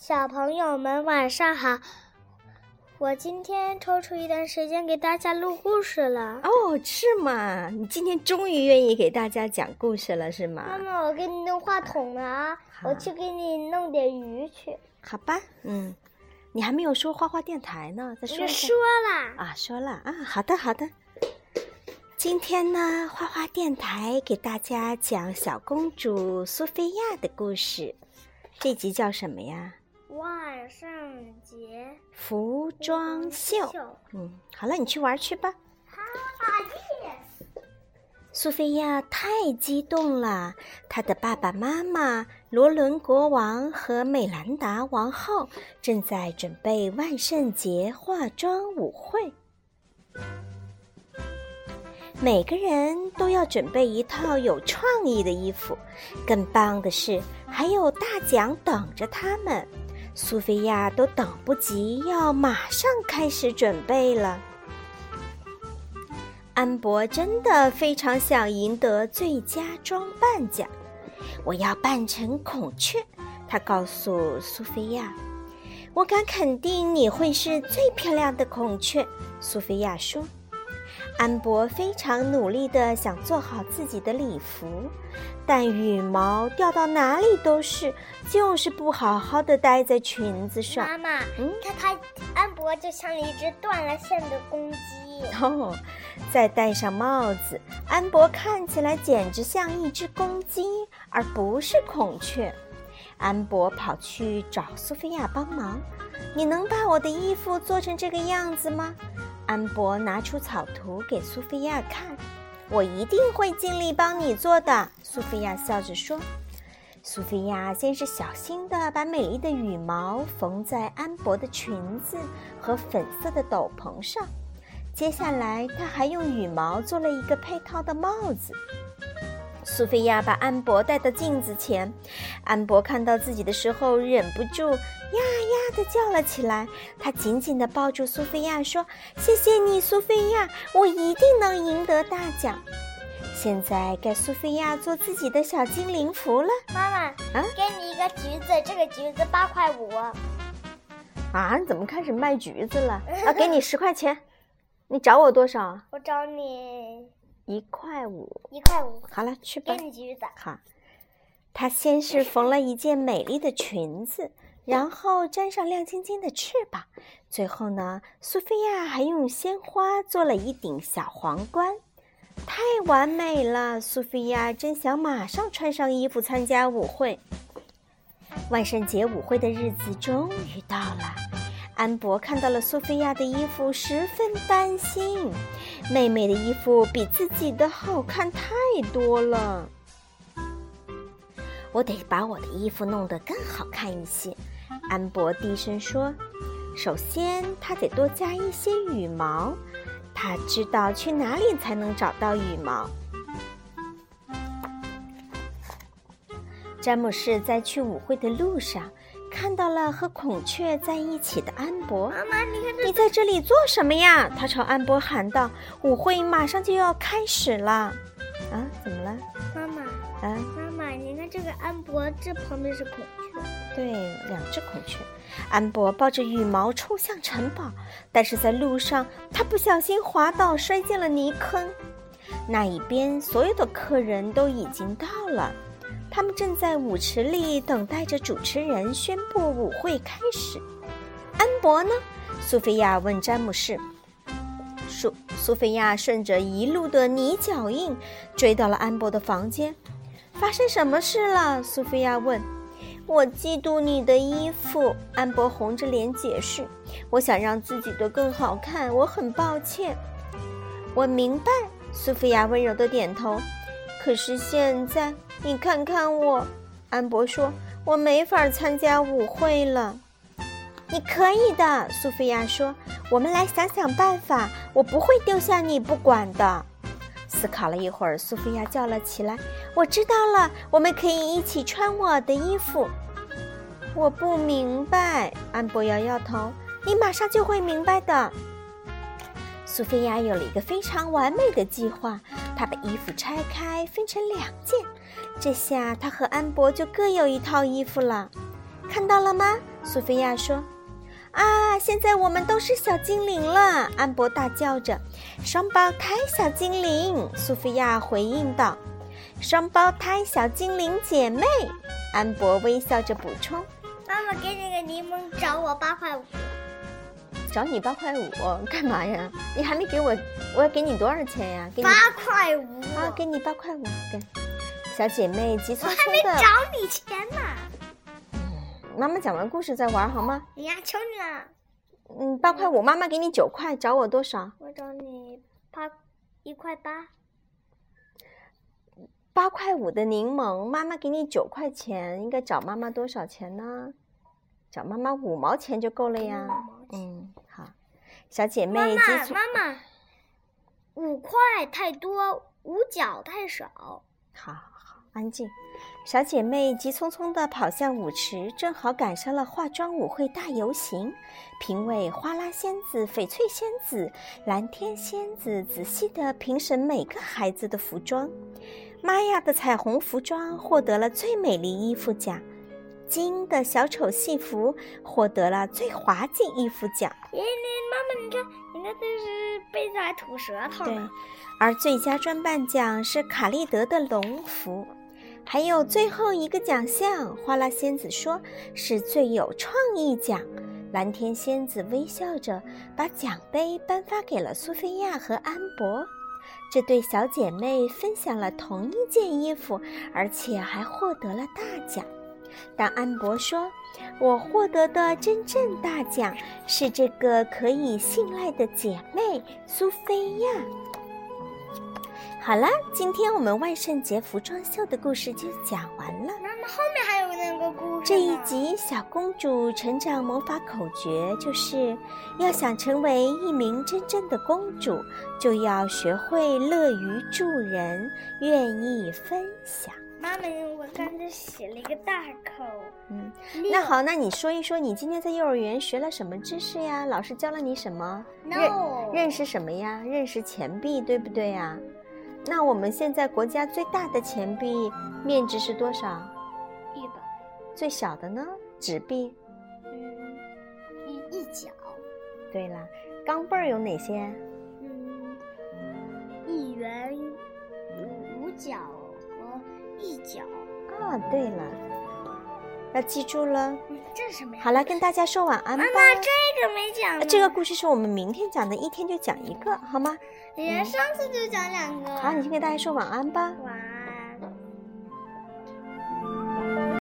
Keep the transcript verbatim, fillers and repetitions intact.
小朋友们晚上好，我今天抽出一段时间给大家录故事了。 哦，是吗？你今天终于愿意给大家讲故事了，是吗？ 妈妈，我给你弄话筒了啊，我去给你弄点鱼去。 好吧，嗯，你还没有说花花电台呢，再说一下。 说了啊，说了啊，好的好的。今天呢，花花电台给大家讲小公主苏菲亚的故事。这集叫什么呀？ 万圣节服装秀。嗯，好了，你去玩去吧。 好耶！ 苏菲亚太激动了，她的爸爸妈妈罗伦国王和美兰达王后正在准备万圣节化妆舞会。每个人都要准备一套有创意的衣服，更棒的是还有大奖等着他们。苏菲亚都等不及要马上开始准备了。安博真的非常想赢得最佳装扮奖，我要扮成孔雀，他告诉苏菲亚。我敢肯定你会是最漂亮的孔雀，苏菲亚说。安博非常努力地想做好自己的礼服，但羽毛掉到哪里都是，就是不好好的待在裙子上。 妈妈，嗯，看他安博就像一只断了线的公鸡。 哦，再戴上帽子，安博看起来简直像一只公鸡，而不是孔雀。安博跑去找苏菲亚帮忙，你能把我的衣服做成这个样子吗？安博拿出草图给苏菲亚看，我一定会尽力帮你做的，苏菲亚笑着说。苏菲亚先是小心地把美丽的羽毛缝在安博的裙子和粉色的斗篷上，接下来她还用羽毛做了一个配套的帽子。苏菲亚把安博带到镜子前，安博看到自己的时候忍不住呀呀地叫了起来。他紧紧地抱住苏菲亚说，谢谢你苏菲亚，我一定能赢得大奖。现在该苏菲亚做自己的小精灵服了。 妈妈，啊，给你一个橘子，这个橘子八块五。 啊，你怎么开始卖橘子了？啊，给你十块钱。你找我多少？ 我找你一块五， 一块五。 好了，去吧。 给你橘子。 好。她先是缝了一件美丽的裙子，然后粘上亮晶晶的翅膀，最后呢，苏菲亚还用鲜花做了一顶小皇冠，太完美了！苏菲亚真想马上穿上衣服参加舞会。万圣节舞会的日子终于到了。安博看到了苏菲亚的衣服，十分担心。妹妹的衣服比自己的好看太多了。我得把我的衣服弄得更好看一些，安博低声说。首先，他得多加一些羽毛。他知道去哪里才能找到羽毛。詹姆士在去舞会的路上看到了和孔雀在一起的安博。 妈妈，你看这， 你在这里做什么呀？他朝安博喊道。舞会马上就要开始了。啊，怎么了？ 妈妈， 啊， 妈妈，你看这个安博，这旁边是孔雀。 对，两只孔雀。安博抱着羽毛冲向城堡，但是在路上他不小心滑倒，摔进了泥坑。那一边所有的客人都已经到了，他们正在舞池里等待着主持人宣布舞会开始。安博呢？苏菲亚问詹姆士。苏苏菲亚顺着一路的泥脚印追到了安博的房间。发生什么事了？苏菲亚问。我嫉妒你的衣服，安博红着脸解释。我想让自己的更好看，我很抱歉。我明白，苏菲亚温柔地点头。可是现在你看看我，安博说，我没法参加舞会了。你可以的，苏菲亚说，我们来想想办法，我不会丢下你不管的。思考了一会儿，苏菲亚叫了起来，我知道了，我们可以一起穿我的衣服。我不明白，安博摇摇头，你马上就会明白的。苏菲亚有了一个非常完美的计划，她把衣服拆开分成两件，这下她和安博就各有一套衣服了。 看到了吗？苏菲亚说。啊，现在我们都是小精灵了！安博大叫着。双胞胎小精灵，苏菲亚回应道。双胞胎小精灵姐妹，安博微笑着补充。 妈妈给你个柠檬，找我八块五。 找你八块五干嘛呀？你还没给我，我要给你多少钱呀？给你八块五。 啊，给你八块五。给小姐妹急匆匆的。 我还没找你钱呢。 妈妈讲完故事再玩好吗？ 哎呀，求你了。 嗯，八块五，妈妈给你九块，找我多少？ 我找你八一块八。 八块五的柠檬，妈妈给你九块钱，应该找妈妈多少钱呢？找妈妈五毛钱就够了呀。嗯，好，小姐妹。 妈妈，妈妈，五块太多，五角太少。 好好好，安静。小姐妹急匆匆地跑向舞池，正好赶上了化妆舞会大游行。评委花拉仙子、翡翠仙子、蓝天仙子仔细地评审每个孩子的服装。玛雅的彩虹服装获得了最美丽衣服奖，金的小丑戏服获得了最滑稽衣服奖。 咦，你妈妈，你看，你看，这是被子还吐舌头呢。 对，而最佳装扮奖是卡利德的龙服。还有最后一个奖项，花拉仙子说是最有创意奖。蓝天仙子微笑着把奖杯颁发给了苏菲亚和安博。这对小姐妹分享了同一件衣服，而且还获得了大奖。但安博说，我获得的真正大奖是这个可以信赖的姐妹苏菲亚。好了，今天我们万圣节服装秀的故事就讲完了。 妈妈，后面还有那个故事。 这一集小公主成长魔法口诀就是要想成为一名真正的公主，就要学会乐于助人，愿意分享。 妈妈，我刚才写了一个大口。 嗯，那好，那你说一说你今天在幼儿园学了什么知识呀？老师教了你什么？ No 认认识什么呀？认识钱币，对不对呀？那我们现在国家最大的钱币面值是多少？ 一百。 最小的呢？纸币？ 嗯，一一角。 对了，钢镚儿有哪些？ 嗯，一元、五角和一角。 啊，对了，要记住了。 嗯，这是什么呀？ 好了，跟大家说晚安吧。 妈妈，这个没讲呢。 这个故事是我们明天讲的，一天就讲一个，好吗？ 人家上次就讲两个。 好，你先跟大家说晚安吧。 晚